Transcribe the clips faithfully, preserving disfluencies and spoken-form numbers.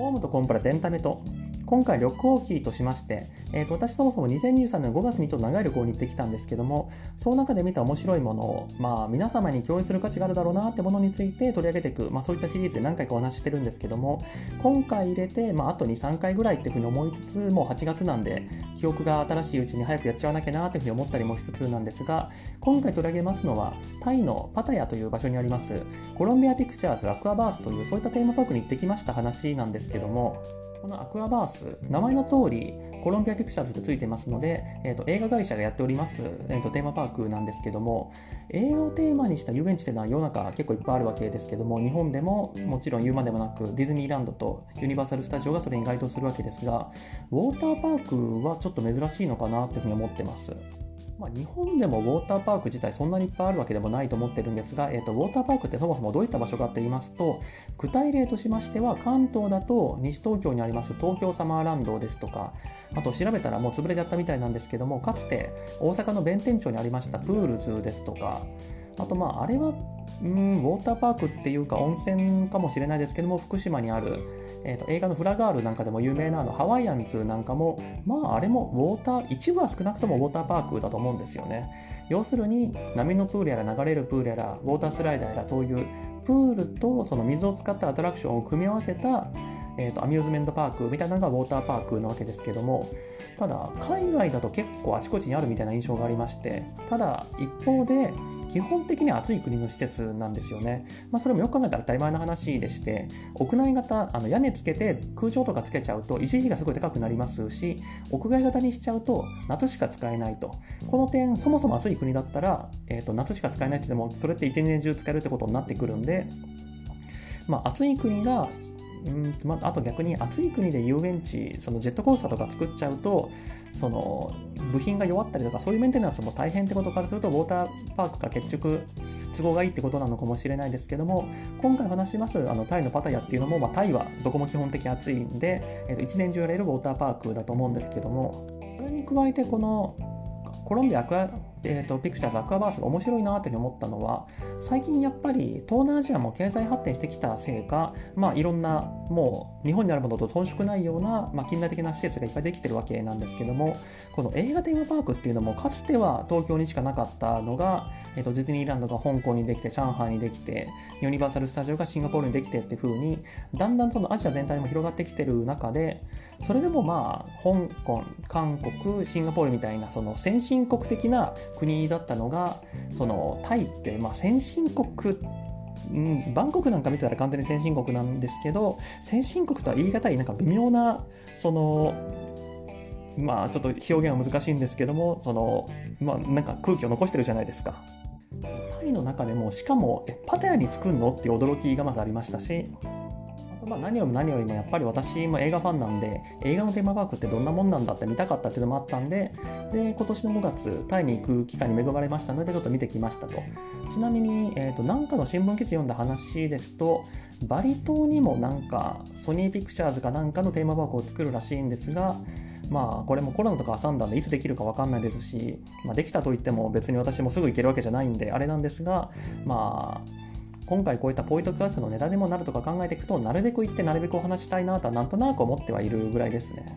ホームとコンプラエンタメと、今回旅行記としまして、えー、と私そもそもにせんにじゅうさんねんごがつにちょっと長い旅行に行ってきたんですけども、その中で見た面白いものを、まあ、皆様に共有する価値があるだろうなってものについて取り上げていく、まあ、そういったシリーズで何回かお話ししてるんですけども、今回入れて、まあ、あとにさんかいぐらいっていうふうに思いつつ、もうはちがつなんで記憶が新しいうちに早くやっちゃわなきゃなっていうふうに思ったりもしつつなんですが、今回取り上げますのはタイのパタヤという場所にありますコロンビアピクチャーズアクアバースという、そういったテーマパークに行ってきました話なんですけども、このアクアバース、名前の通りコロンビアピクチャーズってついてますので、えー、と映画会社がやっております、えー、とテーマパークなんですけども、映画をテーマにした遊園地っていうのは世の中結構いっぱいあるわけですけども、日本でももちろん言うまでもなくディズニーランドとユニバーサル・スタジオがそれに該当するわけですが、ウォーターパークはちょっと珍しいのかなというふうに思ってます。まあ、日本でもウォーターパーク自体そんなにいっぱいあるわけでもないと思ってるんですが、えーと、ウォーターパークってそもそもどういった場所かと言いますと、具体例としましては関東だと西東京にあります東京サマーランドですとか、あと調べたらもう潰れちゃったみたいなんですけども、かつて大阪の弁天町にありましたプールズですとか、あとまああれはうんウォーターパークっていうか温泉かもしれないですけども、福島にある、えー、と映画のフラガールなんかでも有名なあのハワイアンズなんかも、まああれもウォーター一部は少なくともウォーターパークだと思うんですよね。要するに波のプールやら流れるプールやらウォータースライダーやら、そういうプールとその水を使ったアトラクションを組み合わせた、えー、とアミューズメントパークみたいなのがウォーターパークなわけですけども、ただ海外だと結構あちこちにあるみたいな印象がありまして、ただ一方で基本的には暑い国の施設なんですよね。まあそれもよく考えたら当たり前の話でして、屋内型あの屋根つけて空調とかつけちゃうと維持費がすごい高くなりますし、屋外型にしちゃうと夏しか使えないと。この点そもそも暑い国だったら、えー、と夏しか使えないって言ってもそれって一年中使えるってことになってくるんで、まあ暑い国がうんまあ、あと逆に暑い国で遊園地、そのジェットコースターとか作っちゃうと、その部品が弱ったりとか、そういうメンテナンスも大変ってことからすると、ウォーターパークが結局都合がいいってことなのかもしれないですけども、今回話しますあのタイのパタヤっていうのも、まあ、タイはどこも基本的に暑いんで、えー、と一年中やれるウォーターパークだと思うんですけども、それに加えてこのコロンビアアクア、えー、とピクチャーズアクアバースが面白いなというふうに思ったのは、最近やっぱり東南アジアも経済発展してきたせいか、まあ、いろんなもう日本にあるものと遜色ないような、まあ、近代的な施設がいっぱいできてるわけなんですけども、この映画テーマパークっていうのもかつては東京にしかなかったのが、えー、とディズニーランドが香港にできて、上海にできて、ユニバーサル・スタジオがシンガポールにできてっていう風にだんだんそのアジア全体にも広がってきてる中で、それでもまあ香港、韓国、シンガポールみたいなその先進国的な国だったのが、そのタイってまあ先進国、うん、バンコクなんか見てたら完全に先進国なんですけど、先進国とは言い難いなんか微妙なそのまあちょっと表現は難しいんですけども、そのまあなんか空気を残してるじゃないですか。タイの中でもしかもえパタヤに作るのっていう驚きがまずありましたし、まあ、何よりも何よりもやっぱり私も映画ファンなんで、映画のテーマパークってどんなもんなんだって見たかったっていうのもあったんで、で今年のごがつタイに行く機会に恵まれましたのでちょっと見てきましたと。ちなみに、えーと、なんかの新聞記事読んだ話ですと、バリ島にもなんかソニーピクチャーズかなんかのテーマパークを作るらしいんですが、まあこれもコロナとか挟んだんでいつできるか分かんないですし、まあ、できたといっても別に私もすぐ行けるわけじゃないんであれなんですが、まあ今回こういったポイントクラスのネタにもなるとか考えていくと、なるべく行ってなるべくお話したいなとはなんとなく思ってはいるぐらいですね。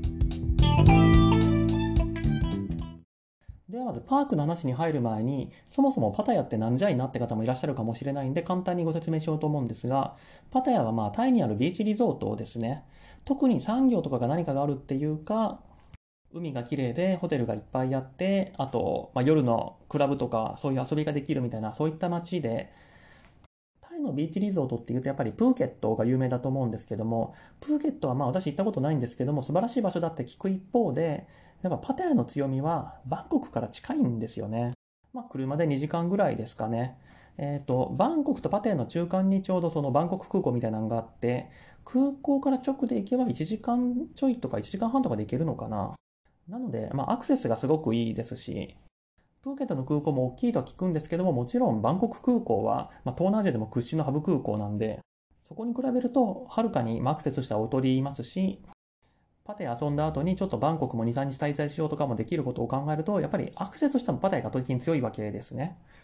ではまずパークの話に入る前に、そもそもパタヤってなんじゃいなって方もいらっしゃるかもしれないんで簡単にご説明しようと思うんですが、パタヤはまあタイにあるビーチリゾートですね。特に産業とかが何かがあるっていうか、海が綺麗でホテルがいっぱいあって、あと、まあ、夜のクラブとかそういう遊びができるみたいな、そういった街で、タイのビーチリゾートっていうとやっぱりプーケットが有名だと思うんですけども、プーケットはまあ私行ったことないんですけども素晴らしい場所だって聞く一方で、やっぱパタヤの強みはバンコクから近いんですよね。まあ車でにじかんぐらいですかね。えっと、バンコクとパタヤの中間にちょうどそのバンコク空港みたいなのがあって、空港から直で行けばいちじかんちょいとかいちじかんはんとかで行けるのかな。なので、まあアクセスがすごくいいですし、プーケットの空港も大きいとは聞くんですけども、もちろんバンコク空港は、まあ、東南アジアでも屈指のハブ空港なんで、そこに比べるとはるかにアクセスしたおとりいますし、パタヤ遊んだ後にちょっとバンコクもに、さんにち滞在しようとかもできることを考えると、やっぱりアクセスしたパタヤが圧倒的に強いわけですね。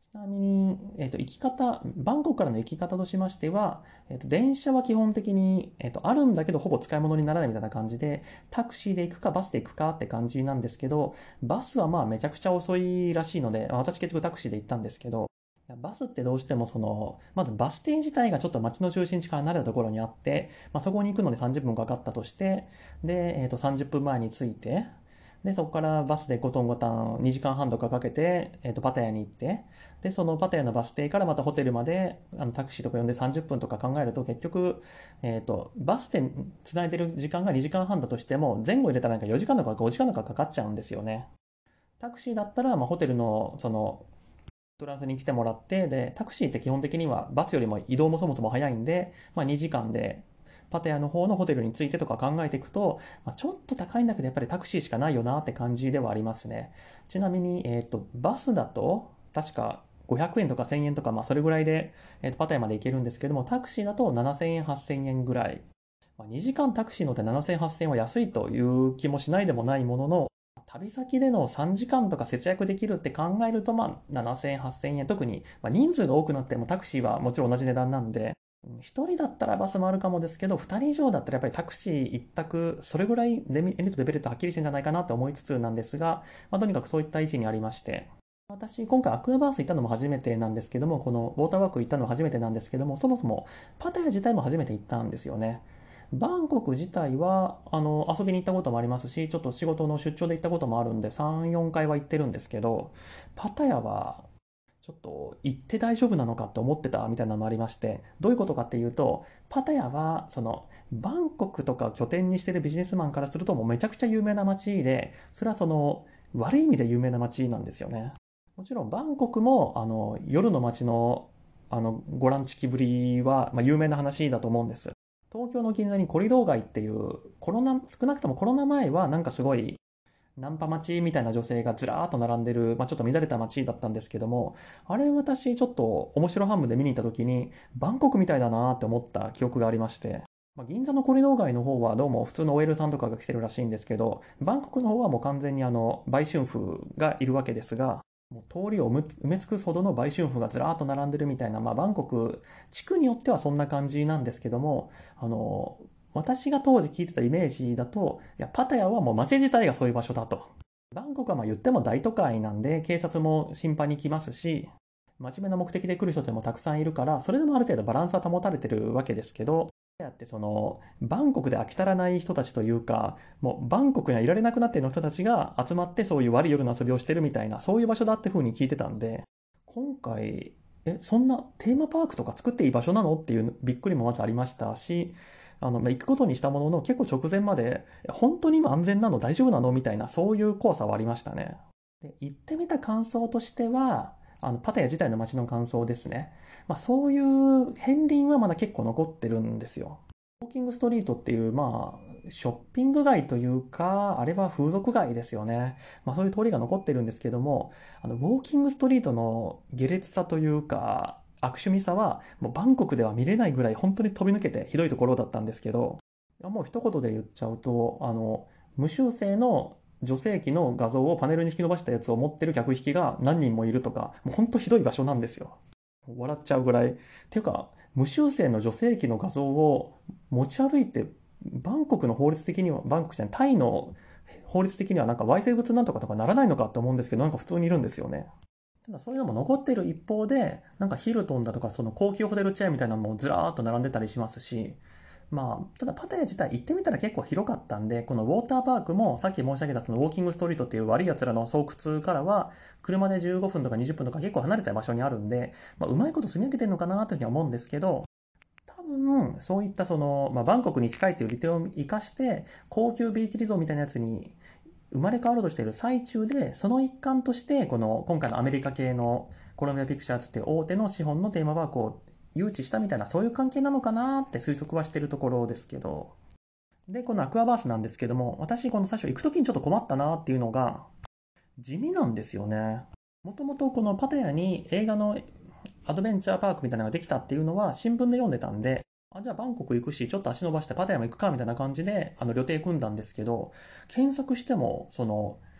ちなみに、えっと、行き方、バンコクからの行き方としましては、えっと、電車は基本的に、えっと、あるんだけどほぼ使い物にならないみたいな感じで、タクシーで行くかバスで行くかって感じなんですけど、バスはまあめちゃくちゃ遅いらしいので、まあ私結局タクシーで行ったんですけど、いやバスってどうしてもその、まずバス停自体がちょっと街の中心地から離れたところにあって、まあ、そこに行くのにさんじゅっぷんかかったとして、で、えっと、さんじゅっぷんまえに着いて、で、そこからバスでゴトンゴタンにじかんはんとかかけて、えっと、パタヤに行って、で、そのパタヤのバス停からまたホテルまで、あの、タクシーとか呼んでさんじゅっぷんとか考えると、結局、えっと、バスで繋いでる時間がにじかんはんだとしても、前後入れたらなんかよじかんとかごじかんとかかかっちゃうんですよね。タクシーだったら、まあ、ホテルの、その、トランスに来てもらって、で、タクシーって基本的にはバスよりも移動もそもそも早いんで、まあにじかんでパタヤの方のホテルについてとか考えていくと、まあ、ちょっと高いんだけどやっぱりタクシーしかないよなって感じではありますね。ちなみに、えっと、バスだと、確かごひゃくえんとかせんえんとか、まあそれぐらいで、えっと、パタヤまで行けるんですけども、タクシーだとななせんえん、はっせんえんぐらい。まあ、にじかんタクシー乗ってななせん、はっせんえんは安いという気もしないでもないものの、旅先でのさんじかんとか節約できるって考えると、まあ、ななせんえん、はっせんえん、特に、まあ、人数が多くなってもタクシーはもちろん同じ値段なんで、ひとりだったらバスもあるかもですけど、ふたり以上だったらやっぱりタクシー一択、それぐらいデメリット、デメリットはっきりしてんじゃないかなと思いつつなんですが、まあ、とにかくそういった位置にありまして、私、今回アクアバース行ったのも初めてなんですけども、このウォーターワーク行ったのも初めてなんですけども、そもそもパタヤ自体も初めて行ったんですよね。バンコク自体は、あの、遊びに行ったこともありますし、ちょっと仕事の出張で行ったこともあるんで、さん、よんかいは行ってるんですけど、パタヤは、ちょっと行って大丈夫なのかって思ってたみたいなのもありまして、どういうことかっていうと、パタヤは、その、バンコクとか拠点にしてるビジネスマンからするともうめちゃくちゃ有名な街で、それはその、悪い意味で有名な街なんですよね。もちろんバンコクも、あの、夜の街の、あの、ご覧チキぶりは、まあ、有名な話だと思うんです。東京の銀座にコリドー街っていう、コロナ、少なくともコロナ前はなんかすごい、ナンパ待ちみたいな女性がずらーっと並んでる、まあ、ちょっと乱れた街だったんですけども、あれ私ちょっと面白半分で見に行った時に、バンコクみたいだなーって思った記憶がありまして、まあ、銀座のコリドー街の方はどうも普通の オーエル さんとかが来てるらしいんですけど、バンコクの方はもう完全にあの、売春婦がいるわけですが、もう通りを埋め尽くすほどの売春婦がずらーっと並んでるみたいな、まあ、バンコク、地区によってはそんな感じなんですけども、あの、私が当時聞いてたイメージだと、いや、パタヤはもう街自体がそういう場所だと。バンコクはまあ言っても大都会なんで、警察も頻繁に来ますし、真面目な目的で来る人でもたくさんいるから、それでもある程度バランスは保たれてるわけですけど、パタヤってその、バンコクで飽き足らない人たちというか、もうバンコクにはいられなくなっている人たちが集まってそういう悪い夜の遊びをしてるみたいな、そういう場所だって風に聞いてたんで、今回、え、そんなテーマパークとか作っていい場所なのっていうびっくりもまずありましたし、あの、まあ、行くことにしたものの結構直前まで、本当に今安全なの大丈夫なのみたいな、そういう怖さはありましたね。で、行ってみた感想としては、あの、パタヤ自体の街の感想ですね。まあ、そういう片鱗はまだ結構残ってるんですよ。ウォーキングストリートっていう、まあ、ショッピング街というか、あれは風俗街ですよね。まあそういう通りが残ってるんですけども、あの、ウォーキングストリートの下劣さというか、悪趣味さは、もうバンコクでは見れないぐらい本当に飛び抜けてひどいところだったんですけど、いやもう一言で言っちゃうと、あの、無修正の女性器の画像をパネルに引き伸ばしたやつを持ってる客引きが何人もいるとか、もう本当ひどい場所なんですよ。笑っちゃうぐらい。っていうか、無修正の女性器の画像を持ち歩いて、バンコクの法律的には、バンコクじゃない、タイの法律的にはなんかわいせい物なんとかとかならないのかと思うんですけど、なんか普通にいるんですよね。ただそういうのも残っている一方で、なんかヒルトンだとかその高級ホテルチェーンみたいなのもずらーっと並んでたりしますし、まあ、ただパタヤ自体行ってみたら結構広かったんで、このウォーターパークもさっき申し上げたそのウォーキングストリートっていう悪い奴らの巣窟からは、車でじゅうごふんとかにじゅっぷんとか結構離れた場所にあるんで、まあ、うまいこと住み分けてるのかなというふうには思うんですけど、多分、そういったその、まあ、バンコクに近いという利点を生かして、高級ビーチリゾーみたいなやつに生まれ変わろうとしている最中で、その一環として、この今回のアメリカ系のコロンビアピクチャーズっていう大手の資本のテーマパークを誘致したみたいな、そういう関係なのかなって推測はしてるところですけど。で、このアクアバースなんですけども、私この最初行くときにちょっと困ったなっていうのが、地味なんですよね。もともとこのパタヤに映画のアドベンチャーパークみたいなのができたっていうのは新聞で読んでたんで、あ、じゃあバンコク行くし、ちょっと足伸ばしてパタヤも行くかみたいな感じで、あの、予定組んだんですけど、検索しても、その、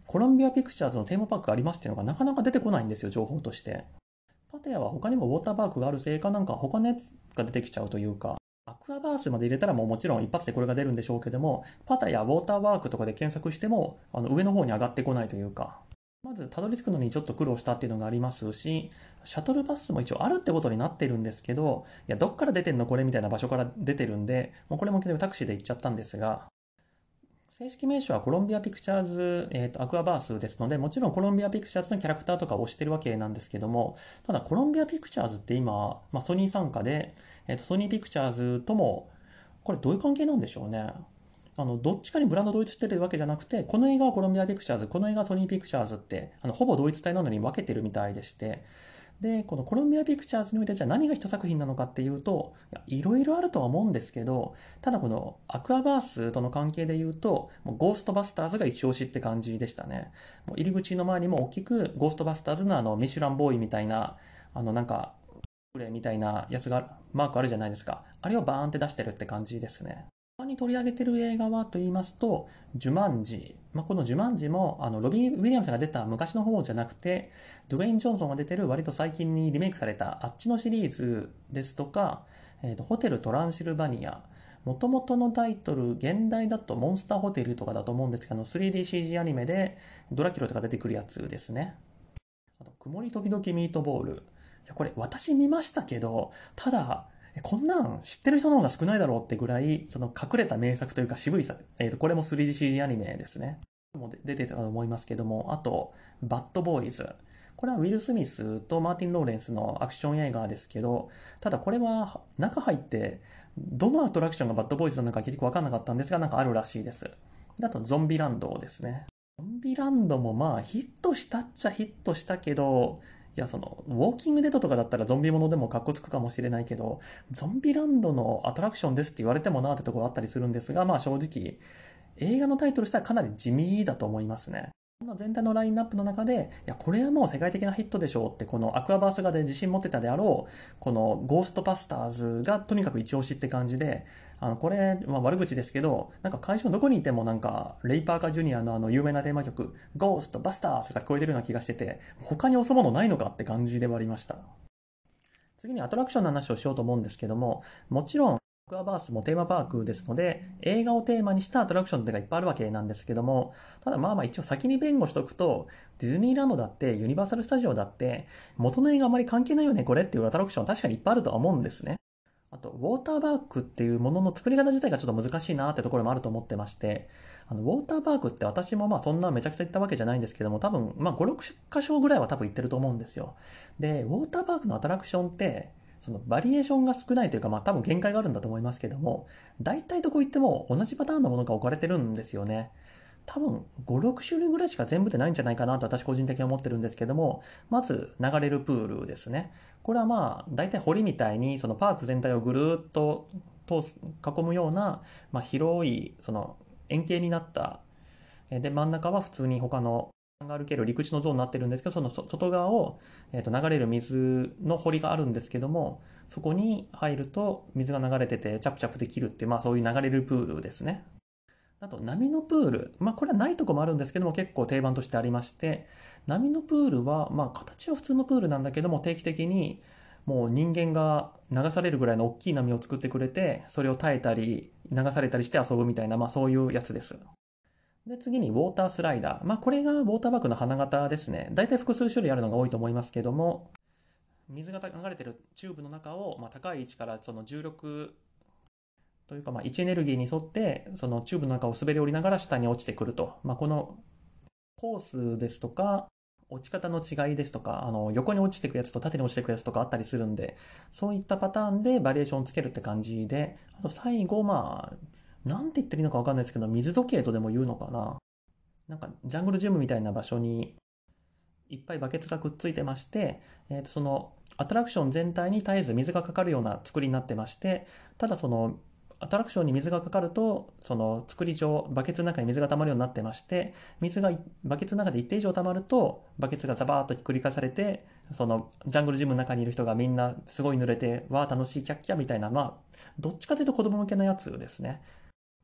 コロンビアピクチャーズのテーマパークがありますっていうのがなかなか出てこないんですよ、情報として。パタヤは他にもウォーターパークがあるせいかなんか他のやつが出てきちゃうというか、アクアバースまで入れたらもうもちろん一発でこれが出るんでしょうけども、パタヤウォーターワークとかで検索しても、あの上の方に上がってこないというか、まずたどり着くのにちょっと苦労したっていうのがありますし、シャトルバスも一応あるってことになってるんですけど、いや、どっから出てんのこれみたいな場所から出てるんで、もうこれもタクシーで行っちゃったんですが、正式名称はコロンビアピクチャーズ、えーと、アクアバースですので、もちろんコロンビアピクチャーズのキャラクターとかを推してるわけなんですけども、ただコロンビアピクチャーズって今、まあ、ソニー傘下で、えーと、ソニーピクチャーズとも、これどういう関係なんでしょうね。あの、どっちかにブランド同一してるわけじゃなくて、この映画はコロンビアピクチャーズ、この映画はソニーピクチャーズって、あの、ほぼ同一体なのに分けてるみたいでして、で、このコロンビアピクチャーズにおいてじゃあ何が一作品なのかっていうと、いろいろあるとは思うんですけど、ただこのアクアバースとの関係で言うと、もうゴーストバスターズが一押しって感じでしたね。もう入り口の前にも大きくゴーストバスターズのあのミシュランボーイみたいな、あのなんか、プレイみたいなやつが、マークあるじゃないですか。あれをバーンって出してるって感じですね。他に取り上げてる映画はと言いますと、ジュマンジ。まあ、このジュマンジも、あの、ロビー・ウィリアムズが出た昔の方じゃなくて、ドゥエイン・ジョンソンが出てる割と最近にリメイクされたあっちのシリーズですとか、えーと、ホテル・トランシルバニア。もともとのタイトル、現代だとモンスターホテルとかだと思うんですけど、スリーディーシージー アニメでドラキュラとか出てくるやつですね。あと、曇り時々ミートボール。いや、これ私見ましたけど、ただ、こんなん知ってる人の方が少ないだろうってぐらい、その隠れた名作というか渋いさ、えっ、ー、と、これも スリーディーシージー アニメですね。も出てたと思いますけども、あと、バッドボーイズ。これはウィル・スミスとマーティン・ローレンスのアクション映画ですけど、ただこれは中入って、どのアトラクションがバッドボーイズなのか結局わかんなかったんですが、なんかあるらしいです。あと、ゾンビランドですね。ゾンビランドもまあヒットしたっちゃヒットしたけど、いやその、ウォーキングデッドとかだったらゾンビものでもカッコつくかもしれないけど、ゾンビランドのアトラクションですって言われてもなーってところあったりするんですが、まあ正直、映画のタイトルしたらかなり地味だと思いますね。この全体のラインナップの中で、いや、これはもう世界的なヒットでしょうって、このアクアバース画で自信持ってたであろう、このゴーストバスターズがとにかく一押しって感じで、あの、これ、まあ悪口ですけど、なんか会場どこにいてもなんか、レイ・パーカージュニアのあの有名なテーマ曲、ゴーストバスターズが聞こえてるような気がしてて、他に押すものないのかって感じではありました。次にアトラクションの話をしようと思うんですけども、もちろん、アクアバースもテーマパークですので、映画をテーマにしたアトラクションってがいっぱいあるわけなんですけども、ただまあまあ一応先に弁護しとくと、ディズニーランドだってユニバーサルスタジオだって、元の映画あまり関係ないよねこれっていうアトラクション確かにいっぱいあるとは思うんですね。あと、ウォーターバークっていうものの作り方自体がちょっと難しいなってところもあると思ってまして、あの、ウォーターバークって私もまあそんなめちゃくちゃ行ったわけじゃないんですけども、多分、まあご、ろく箇所ぐらいは多分行ってると思うんですよ。で、ウォーターバークのアトラクションって、そのバリエーションが少ないというか、まあ多分限界があるんだと思いますけども、大体どこ行っても同じパターンのものが置かれてるんですよね。多分ご、ろく種類ぐらいしか全部でないんじゃないかなと私個人的に思ってるんですけども、まず流れるプールですね。これはまあ大体堀みたいにそのパーク全体をぐるっと通す囲むような、まあ、広いその円形になったで真ん中は普通に他のが歩ける陸地の像になってるんですけど、その外側を、えー、と流れる水の堀があるんですけども、そこに入ると水が流れててチャプチャプできるっていう、まあそういう流れるプールですね。あと波のプール。まあこれはないとこもあるんですけども結構定番としてありまして、波のプールはまあ形は普通のプールなんだけども定期的にもう人間が流されるぐらいの大きい波を作ってくれて、それを耐えたり流されたりして遊ぶみたいな、まあそういうやつです。で、次にウォータースライダー。まあこれがウォーターバッグの花形ですね。だいたい複数種類あるのが多いと思いますけども、水が流れてるチューブの中を、まあ、高い位置からその重力というか、まあ、位置エネルギーに沿って、そのチューブの中を滑り降りながら下に落ちてくると。まあ、このコースですとか、落ち方の違いですとか、あの、横に落ちていくやつと縦に落ちていくやつとかあったりするんで、そういったパターンでバリエーションをつけるって感じで、あと最後、まあ、なんて言ってるのかわかんないですけど、水時計とでも言うのかな。なんか、ジャングルジムみたいな場所に、いっぱいバケツがくっついてまして、えーと、その、アトラクション全体に絶えず水がかかるような作りになってまして、ただその、アトラクションに水がかかると、その作り上、バケツの中に水が溜まるようになってまして、水がバケツの中で一定以上溜まると、バケツがザバーッとひっくり返されて、そのジャングルジムの中にいる人がみんなすごい濡れて、わあ楽しいキャッキャみたいな、まあ、どっちかというと子供向けのやつですね。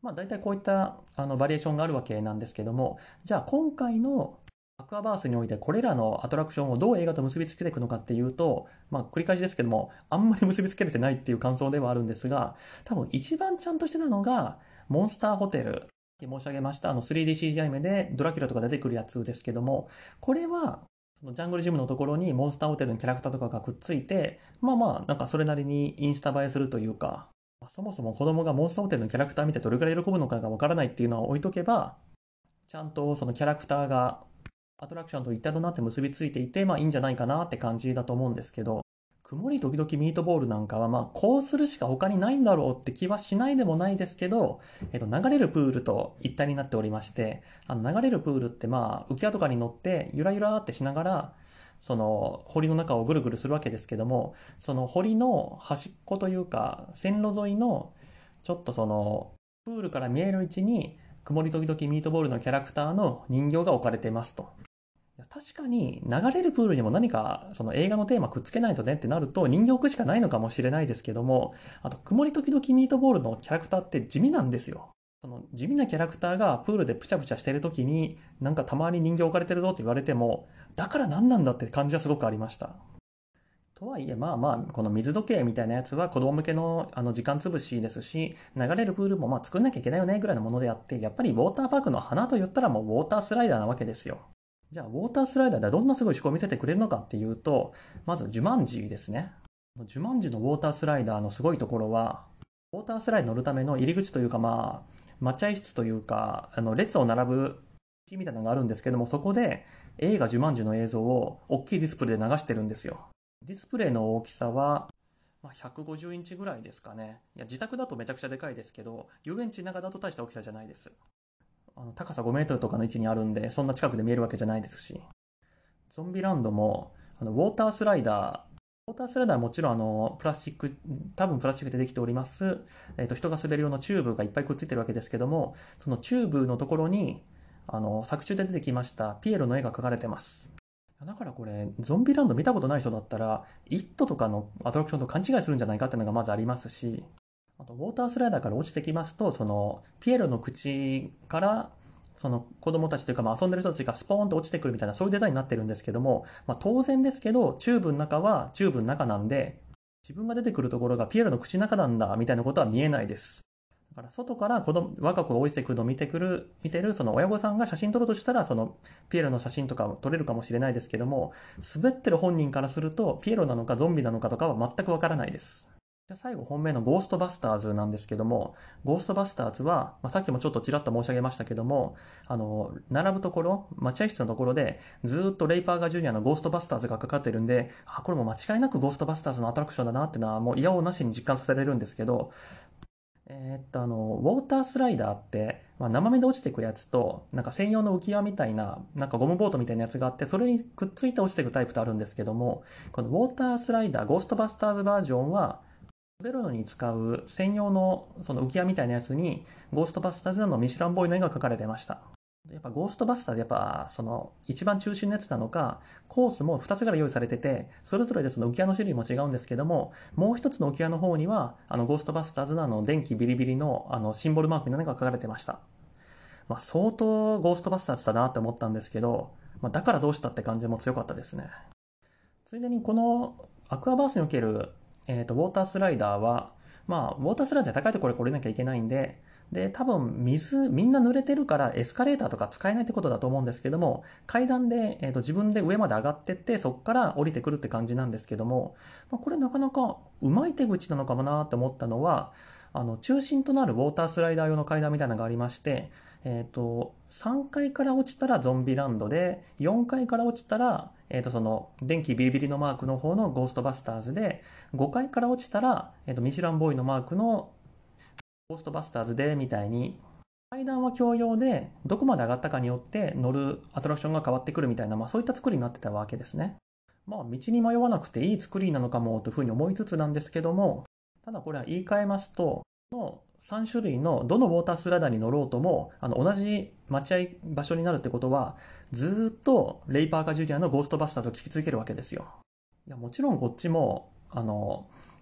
まあ大体こういったあのバリエーションがあるわけなんですけども、じゃあ今回のアクアバースにおいてこれらのアトラクションをどう映画と結びつけていくのかっていうと、まあ繰り返しですけども、あんまり結びつけれてないっていう感想ではあるんですが、多分一番ちゃんとしてたのが、モンスターホテル。申し上げましたあの スリーディーシージー アニメでドラキュラとか出てくるやつですけども、これはそのジャングルジムのところにモンスターホテルのキャラクターとかがくっついて、まあまあなんかそれなりにインスタ映えするというか、そもそも子供がモンスターホテルのキャラクター見てどれくらい喜ぶのかがわからないっていうのは置いとけば、ちゃんとそのキャラクターがアトラクションと一体となって結びついていて、まあいいんじゃないかなって感じだと思うんですけど、曇り時々ミートボールなんかはまあこうするしか他にないんだろうって気はしないでもないですけど、えっと流れるプールと一体になっておりまして、あの流れるプールってまあ浮き輪とかに乗ってゆらゆらってしながら、その堀の中をぐるぐるするわけですけども、その堀の端っこというか線路沿いのちょっとそのプールから見える位置に曇り時々ミートボールのキャラクターの人形が置かれてますと。確かに流れるプールにも何かその映画のテーマくっつけないとねってなると人形置くしかないのかもしれないですけども、あと曇り時々ミートボールのキャラクターって地味なんですよ。その地味なキャラクターがプールでプチャプチャしてる時になんかたまに人形置かれてるぞって言われても、だから何なんだって感じはすごくありました。とはいえ、まあまあ、この水時計みたいなやつは子供向けのあの時間潰しですし、流れるプールもまあ作んなきゃいけないよねぐらいのものであって、やっぱりウォーターパークの花と言ったらもうウォータースライダーなわけですよ。じゃあ、ウォータースライダーではどんなすごい趣向を見せてくれるのかっていうと、まず、ジュマンジですね。ジュマンジのウォータースライダーのすごいところは、ウォータースライダーに乗るための入り口というか、まあ、待合室というか、あの、列を並ぶ道みたいなのがあるんですけども、そこで映画ジュマンジの映像を大きいディスプレイで流してるんですよ。ディスプレイの大きさは、まあ、ひゃくごじゅうインチぐらいですかね。いや、自宅だとめちゃくちゃでかいですけど、遊園地の中だと大した大きさじゃないです。あの高さごメートルとかの位置にあるんで、そんな近くで見えるわけじゃないですし。ゾンビランドも、あの、ウォータースライダー、ウォータースライダーはもちろんあの、プラスチック、多分プラスチックでできております、えっと、人が滑る用のチューブがいっぱいくっついてるわけですけども、そのチューブのところに、あの、作中で出てきましたピエロの絵が描かれてます。だからこれ、ゾンビランド見たことない人だったら、イットとかのアトラクションと勘違いするんじゃないかっていうのがまずありますし、あと、ウォータースライダーから落ちてきますと、その、ピエロの口から、その子供たちというか、まあ遊んでる人たちがスポーンと落ちてくるみたいな、そういうデザインになってるんですけども、まあ当然ですけど、チューブの中はチューブの中なんで、自分が出てくるところがピエロの口の中なんだ、みたいなことは見えないです。だから外から子供、我が子が落ちてくるのを見てくる、見てるその親御さんが写真撮るとしたら、そのピエロの写真とか撮れるかもしれないですけども、滑ってる本人からすると、ピエロなのかゾンビなのかとかは全くわからないです。じゃあ最後本命のゴーストバスターズなんですけども、ゴーストバスターズは、まあ、さっきもちょっとちらっと申し上げましたけども、あの、並ぶところ、待合室のところで、ずーっとレイパーガージュニアのゴーストバスターズがかかってるんで、あ、これも間違いなくゴーストバスターズのアトラクションだなってのは、もう嫌おなしに実感させられるんですけど、えーっと、あの、ウォータースライダーって、まあ、生身で落ちてくやつと、なんか専用の浮き輪みたいな、なんかゴムボートみたいなやつがあって、それにくっついて落ちていくタイプとあるんですけども、このウォータースライダー、ゴーストバスターズバージョンは、滑るのに使う専用のその浮き輪みたいなやつに、ゴーストバスターズのミシュランボーイの絵が描かれてました。やっぱゴーストバスターでやっぱその一番中心のやつなのか、コースもふたつぐらい用意されてて、それぞれでその浮き輪の種類も違うんですけども、もう一つの浮き輪の方には、あのゴーストバスターズのあの電気ビリビリのあのシンボルマークみたいなのが書かれてました。まあ相当ゴーストバスターズだなって思ったんですけど、まあ、だからどうしたって感じも強かったですね。ついでにこのアクアバースにおける、えーと、ウォータースライダーは、まあ、ウォータースライダー高いところに来れなきゃいけないんで、で、多分水、みんな濡れてるからエスカレーターとか使えないってことだと思うんですけども、階段で、えーと、自分で上まで上がってって、そこから降りてくるって感じなんですけども、まあ、これなかなかうまい手口なのかもなって思ったのは、あの、中心となるウォータースライダー用の階段みたいなのがありまして、えっと、さんかいから落ちたらゾンビランドで、よんかいから落ちたら、えっと、その、電気ビリビリのマークの方のゴーストバスターズで、ごかいから落ちたら、えっと、ミシュランボーイのマークのゴーストバスターズで、みたいに、階段は共用で、どこまで上がったかによって乗るアトラクションが変わってくるみたいな、まあそういった作りになってたわけですね。まあ道に迷わなくていい作りなのかもというふうに思いつつなんですけども、ただこれは言い換えますと、のさん種類のどのウォータースライダーに乗ろうとも、あの同じ待合場所になるってことは、ずーっとレイパーカージュニアのゴーストバスターズを聞き続けるわけですよ。いや、もちろんこっちも、あの、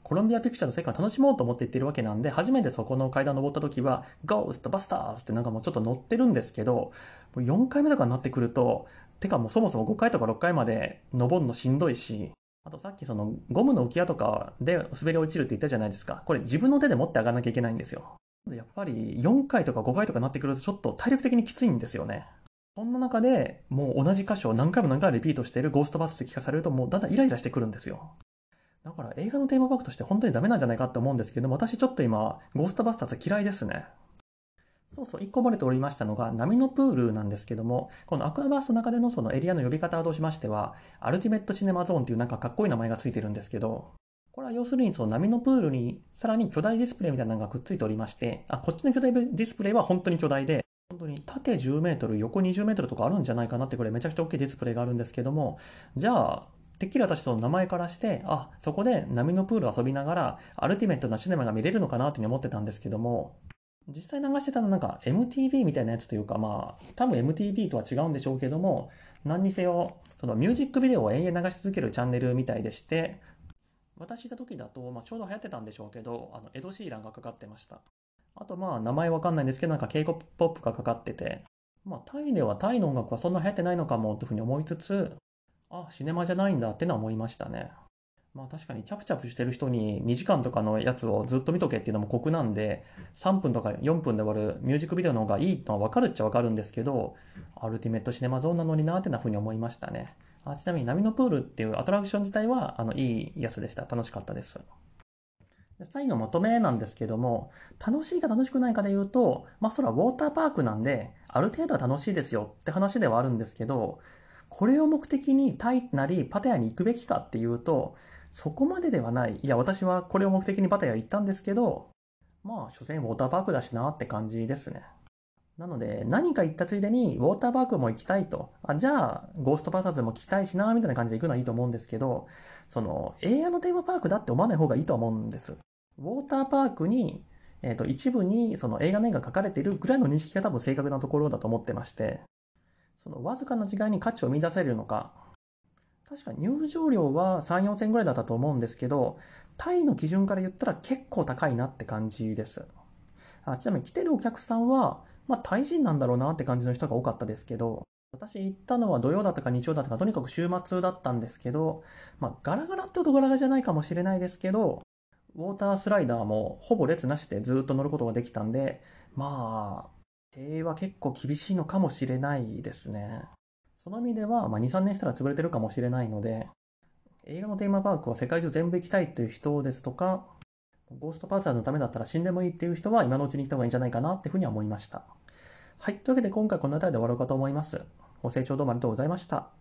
コロンビアピクチャーの世界を楽しもうと思って行ってるわけなんで、初めてそこの階段登った時は、ゴーストバスターズってなんかもうちょっと乗ってるんですけど、もうよんかいめとかになってくると、てかもうそもそもごかいとかろっかいまで登るのしんどいし、あとさっきそのゴムの浮き輪とかで滑り落ちるって言ったじゃないですか。これ自分の手で持って上がらなきゃいけないんですよ。やっぱりよんかいとかごかいとかなってくるとちょっと体力的にきついんですよね。そんな中でもう同じ箇所を何回も何回もリピートしているゴーストバスって聞かされるともうだんだんイライラしてくるんですよ。だから映画のテーマパークとして本当にダメなんじゃないかって思うんですけども、私ちょっと今、ゴーストバスターズ嫌いですね。そうそう、一個漏れておりましたのが、波のプールなんですけども、このアクアバースの中でのそのエリアの呼び方としましては、アルティメットシネマゾーンっていうなんかかっこいい名前がついてるんですけど、これは要するにその波のプールにさらに巨大ディスプレイみたいなのがくっついておりまして、あ、こっちの巨大ディスプレイは本当に巨大で、本当に縦じゅうメートル、横にじゅうメートルとかあるんじゃないかなってこれめちゃくちゃ大きいディスプレイがあるんですけども、じゃあ、てっきり私その名前からして、あ、そこで波のプール遊びながら、アルティメットなシネマが見れるのかなって思ってたんですけども、実際流してたのはなんか エムティーブイ みたいなやつというか、まあ、多分 エムティーブイ とは違うんでしょうけども、何にせよ、そのミュージックビデオを延々流し続けるチャンネルみたいでして、私いた時だと、まあ、ちょうど流行ってたんでしょうけど、あの、エド・シーランがかかってました。あとまあ、名前わかんないんですけど、なんか K-ポップ がかかってて、まあ、タイではタイの音楽はそんな流行ってないのかもというふうに思いつつ、あ、シネマじゃないんだってのは思いましたね。まあ確かにチャプチャプしてる人ににじかんとかのやつをずっと見とけっていうのも酷なんで、さんぷんとかよんぷんで終わるミュージックビデオの方がいいのはわかるっちゃわかるんですけど、アルティメットシネマゾーンなのになーってなふうに思いましたね。あ、ちなみに波のプールっていうアトラクション自体は、あの、いいやつでした。楽しかったです。最後まとめなんですけども、楽しいか楽しくないかで言うと、まあそれはウォーターパークなんで、ある程度は楽しいですよって話ではあるんですけど、これを目的にタイなりパタヤに行くべきかっていうと、そこまでではない。いや、私はこれを目的にパタヤ行ったんですけど、まあ、所詮ウォーターパークだしなって感じですね。なので、何か行ったついでに、ウォーターパークも行きたいと。あ、じゃあ、ゴーストバスターズも聞きたいしな、みたいな感じで行くのはいいと思うんですけど、その、映画のテーマパークだって思わない方がいいと思うんです。ウォーターパークに、えっと、一部にその映画の絵が描かれているぐらいの認識が多分正確なところだと思ってまして、そのわずかな違いに価値を見出せるのか。確か入場料はさん、よんせんぐらいだったと思うんですけど、タイの基準から言ったら結構高いなって感じです。あ、ちなみに来てるお客さんは、まあタイ人なんだろうなって感じの人が多かったですけど、私行ったのは土曜だったか日曜だったか、とにかく週末だったんですけど、まあガラガラってほどガラガラじゃないかもしれないですけど、ウォータースライダーもほぼ列なしでずっと乗ることができたんで、まあ、経営は結構厳しいのかもしれないですね。その意味では、まあ、に、さんねんしたら潰れてるかもしれないので、映画のテーマパークを世界中全部行きたいっていう人ですとか、ゴーストパーサーのためだったら死んでもいいっていう人は今のうちに行った方がいいんじゃないかなっていうふうには思いました。はい。というわけで今回この辺りで終わろうかと思います。ご清聴どうもありがとうございました。